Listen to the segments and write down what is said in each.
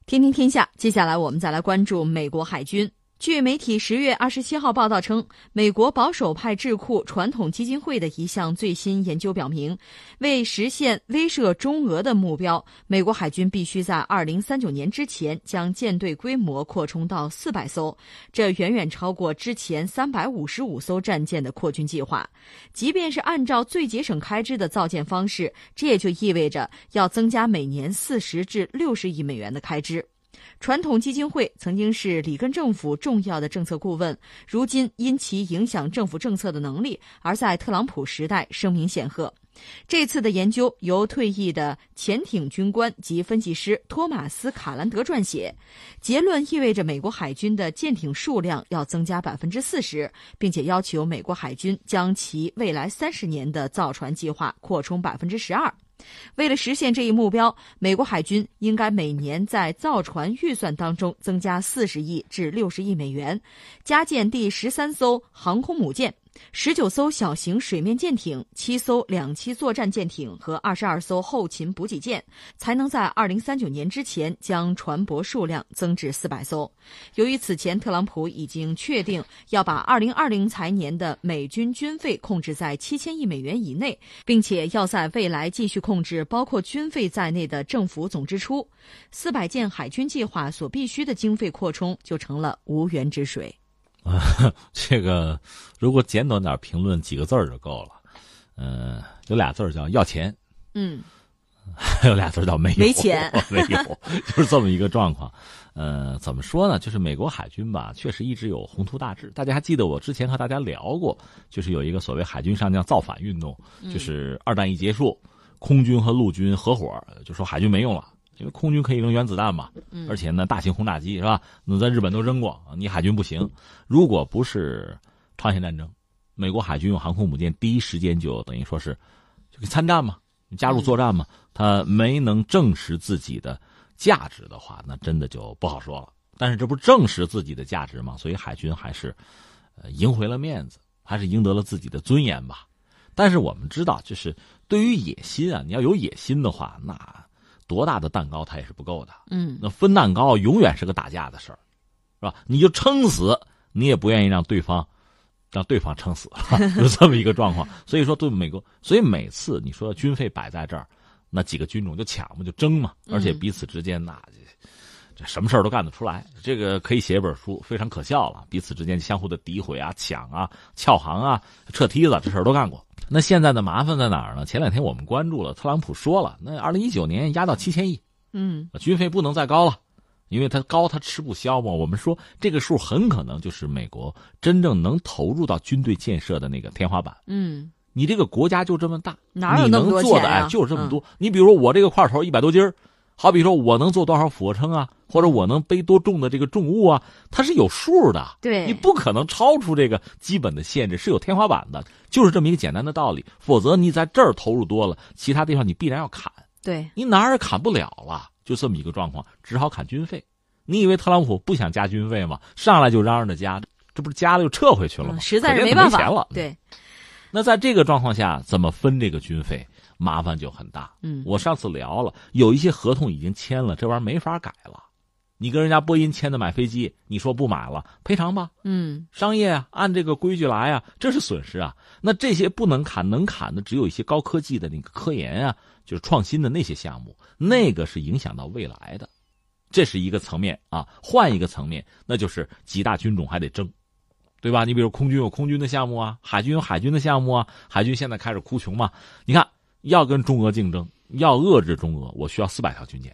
听听天下，接下来我们再来关注美国海军。据媒体10月27号报道称，美国保守派智库传统基金会的一项最新研究表明，为实现威慑中俄的目标，美国海军必须在2039年之前将舰队规模扩充到400艘，这远远超过之前355艘战舰的扩军计划。即便是按照最节省开支的造舰方式，这也就意味着要增加每年40至60亿美元的开支。传统基金会曾经是里根政府重要的政策顾问，如今因其影响政府政策的能力而在特朗普时代声名显赫。这次的研究由退役的潜艇军官及分析师托马斯·卡兰德撰写，结论意味着美国海军的舰艇数量要增加40%，并且要求美国海军将其未来30年的造船计划扩充12%。为了实现这一目标，美国海军应该每年在造船预算当中增加40亿至60亿美元，加建第13艘航空母舰、19艘小型水面舰艇、7艘2栖作战舰艇和22艘后勤补给舰，才能在2039年之前将船舶数量增至400艘。由于此前特朗普已经确定要把2020财年的美军军费控制在7000亿美元以内，并且要在未来继续控制包括军费在内的政府总支出，400舰海军计划所必须的经费扩充就成了无源之水。 这个如果简短点评论几个字就够了。有俩字叫要钱，还有俩字叫没钱没有，就是这么一个状况。怎么说呢？就是美国海军吧，确实一直有宏图大志。大家还记得我之前和大家聊过，就是有一个所谓海军上将造反运动，就是二战一结束，空军和陆军合伙就说海军没用了。因为空军可以扔原子弹嘛，而且呢，大型轰炸机是吧？那在日本都扔过，你海军不行。如果不是朝鲜战争，美国海军用航空母舰第一时间就等于说是就参战嘛，加入作战嘛，他没能证实自己的价值的话，那真的就不好说了。但是这不证实自己的价值嘛，所以海军还是赢回了面子，还是赢得了自己的尊严吧。但是我们知道，就是对于野心啊，你要有野心的话，那多大的蛋糕它也是不够的。那分蛋糕永远是个打架的事儿，是吧？你就撑死，你也不愿意让对方撑死了，就这么一个状况。所以说对美国，所以每次你说军费摆在这儿，那几个军种就抢嘛，就争嘛，而且彼此之间那这什么事儿都干得出来。这个可以写一本书，非常可笑了。彼此之间相互的诋毁啊、抢啊、撬行啊、撤梯子，这事儿都干过。那现在的麻烦在哪儿呢？前两天我们关注了，特朗普说了，那2019年压到7000亿，军费不能再高了，因为它高它吃不消嘛。我们说这个数很可能就是美国真正能投入到军队建设的那个天花板。你这个国家就这么大， 哪有那么多钱啊？ 你能做的就是这么多。你比如说我这个块头100多斤，好比说我能做多少俯卧撑啊，或者我能背多重的这个重物啊，它是有数的。 对， 你不可能超出这个基本的限制，是有天花板的，就是这么一个简单的道理。否则你在这儿投入多了，其他地方你必然要砍。 对， 你哪儿也砍不了了，就这么一个状况，只好砍军费。你以为特朗普不想加军费吗？上来就嚷嚷着加，这不是加了又撤回去了吗？ 实在是没办法。 没钱了。 对。 那在这个状况下，怎么分这个军费，麻烦就很大。我上次聊了，有一些合同已经签了，这玩意儿没法改了。你跟人家波音签的买飞机，你说不买了，赔偿吧。商业啊，按这个规矩来啊，这是损失啊。那这些不能砍，能砍的只有一些高科技的那个科研啊，就是创新的那些项目，那个是影响到未来的。这是一个层面啊，换一个层面，那就是几大军种还得争。对吧？你比如空军有空军的项目啊，海军有海军的项目啊，海军现在开始哭穷嘛。你看，要跟中俄竞争，要遏制中俄，我需要400条军舰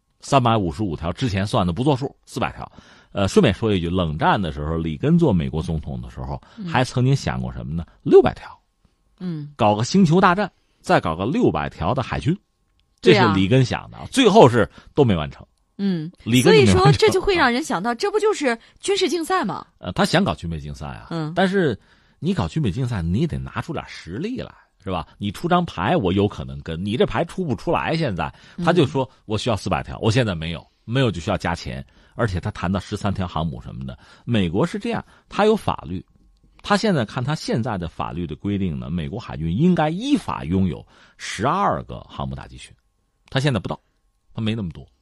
，355条之前算的不作数，400条。顺便说一句，冷战的时候，里根做美国总统的时候，还曾经想过什么呢？600条，搞个星球大战，再搞个600条的海军，这是里根想的，最后是都没完成。 所以说这就会让人想到，这不就是军事竞赛吗？ 他想搞军备竞赛啊，但是你搞军备竞赛，你得拿出点实力来，是吧？你出张牌，我有可能跟你这牌出不出来。现在他就说我需要400条，我现在没有就需要加钱，而且他谈到13条航母什么的。美国是这样，他有法律，他现在看他现在的法律的规定呢，美国海军应该依法拥有12个航母打击群，他现在不到，他没那么多。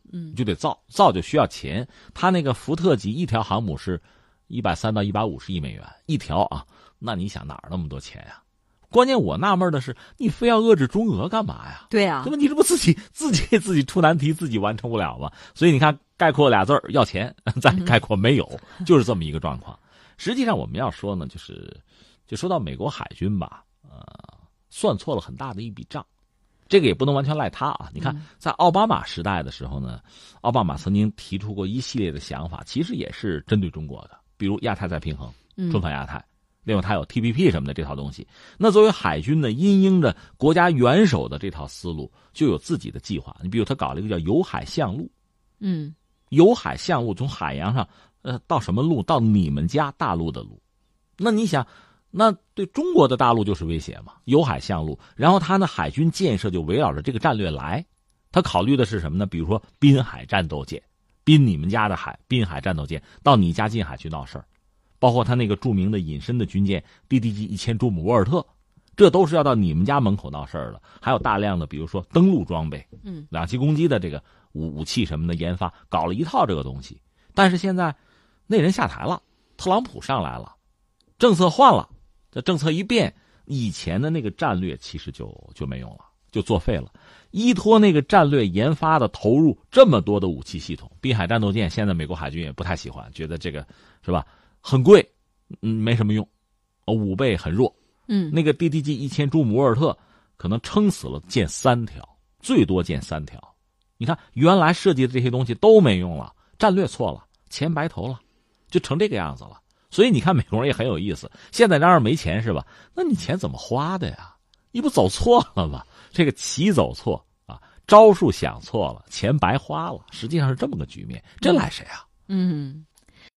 就得造就需要钱。他那个福特级一条航母是130到150亿美元一条啊，那你想哪儿那么多钱呀？关键我纳闷的是，你非要遏制中俄干嘛呀？ 对啊， 对吧？你这不自己给自己出难题，自己完成不了吗？所以你看，概括俩字儿要钱，再概括没有，就是这么一个状况。实际上我们要说呢，就说到美国海军吧，算错了很大的一笔账。这个也不能完全赖他啊！你看，在奥巴马时代的时候呢，奥巴马曾经提出过一系列的想法，其实也是针对中国的，比如亚太再平衡、重返亚太，另外他有 TPP 什么的这套东西。那作为海军呢，因应着国家元首的这套思路，就有自己的计划。你比如他搞了一个叫友海象路，友海象路从海洋上到什么路？到你们家大陆的路。那你想，那对中国的大陆就是威胁嘛？友海象路，然后他呢海军建设就围绕着这个战略来。他考虑的是什么呢？比如说滨海战斗舰，滨你们家的海，滨海战斗舰到你家近海去闹事儿，包括他那个著名的隐身的军舰 DDG 1000朱姆沃尔特，这都是要到你们家门口闹事儿的。还有大量的比如说登陆装备，2栖攻击的这个武器什么的研发，搞了一套这个东西。但是现在那人下台了，特朗普上来了，政策换了，这政策一变，以前的那个战略其实就没用了，就作废了。依托那个战略研发的投入这么多的武器系统，滨海战斗舰现在美国海军也不太喜欢，觉得这个是吧很贵，没什么用，武备很弱。那个 DDG 1000朱姆沃尔特可能撑死了建3条，最多建3条。你看原来设计的这些东西都没用了，战略错了，钱白投了，就成这个样子了。所以你看美国人也很有意思，现在嚷嚷没钱是吧？那你钱怎么花的呀？你不走错了吗？这个棋走错啊，招数想错了，钱白花了，实际上是这么个局面，这赖谁啊？